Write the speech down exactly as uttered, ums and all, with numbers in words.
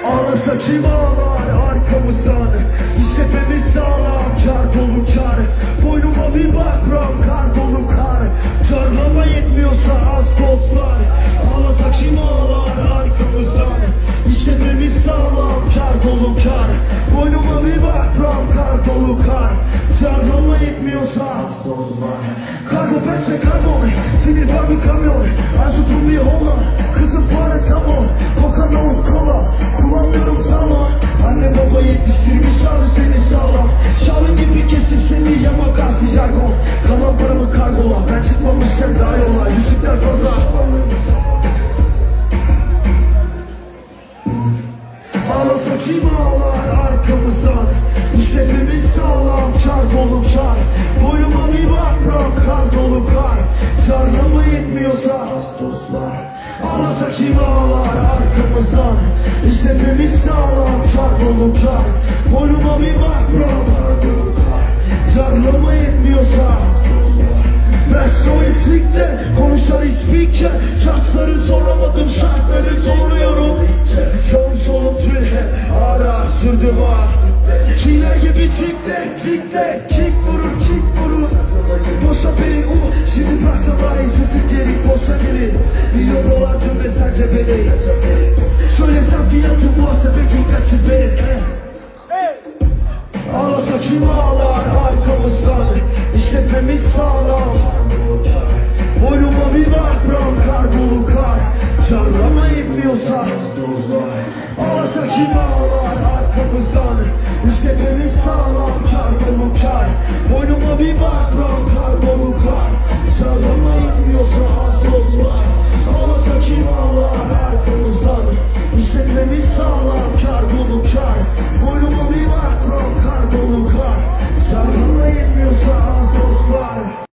Ağlasa kim ağlar arkamızdan? İşletmemiz sağlam, kar dolu kar. Boynuma bir bak ram, kar dolu kar. Çarlama yetmiyorsa az dostlar. Ağlasa kim ağlar arkamızdan? İşletmemiz sağlam, kar dolu kar. Boynuma bir bak ram, kar dolu kar. Çarlama yetmiyorsa az dostlar. Kargo peşe kargo, sinir var bir kamyon. Acıtım bir hola, kızım para sabon. Kokanon kola, kullanmıyorum sana. Anne baba yetiştirmiş abi seni sağlam. Şalın gibi kesip seni yamak asi jargon. Kalan paramı kargola, ben çıkmamışken daha yola. Yüzükler fazla. Ağlasa kim ağlar arkamızdan? İşletmemiz sağlam, kar dolu kar. Boyuma bir bak ram, kar dolu kar. Çarlama yetmiyorsa az dostlar. Ağlasa kim ağlar arkamızdan? İşletmemiz sağlam, kar dolu kar. Boynuma bir bak ram, kar dolu kar. Çarlama yetmiyorsa az dostlar. Ben solistikle konuşan ispiker. Şartları soramadım, şartları soruyorum. Son solum tülhe ara sürdü var. Kiler gibi çikle çikle. Kick vurur kick vurur. Boşa beni umut. Şimdi bıraksa daha iyi sırtık geri. Boşa geri. Milyon dolar tüm mesajca beni. Söylesem fiyatı muhasebeci kaçır benim. Ağlasa kim ağlar arkamızdan? İşletmemiz sağlam. Boynuma bir bak ram, kar dolu kar. Çarlama yetmiyorsa ağlasa kim ağlar arkamızdan? İşletmemiz sağlam, kar dolu kar. Boynuma bir bak ram, kar dolu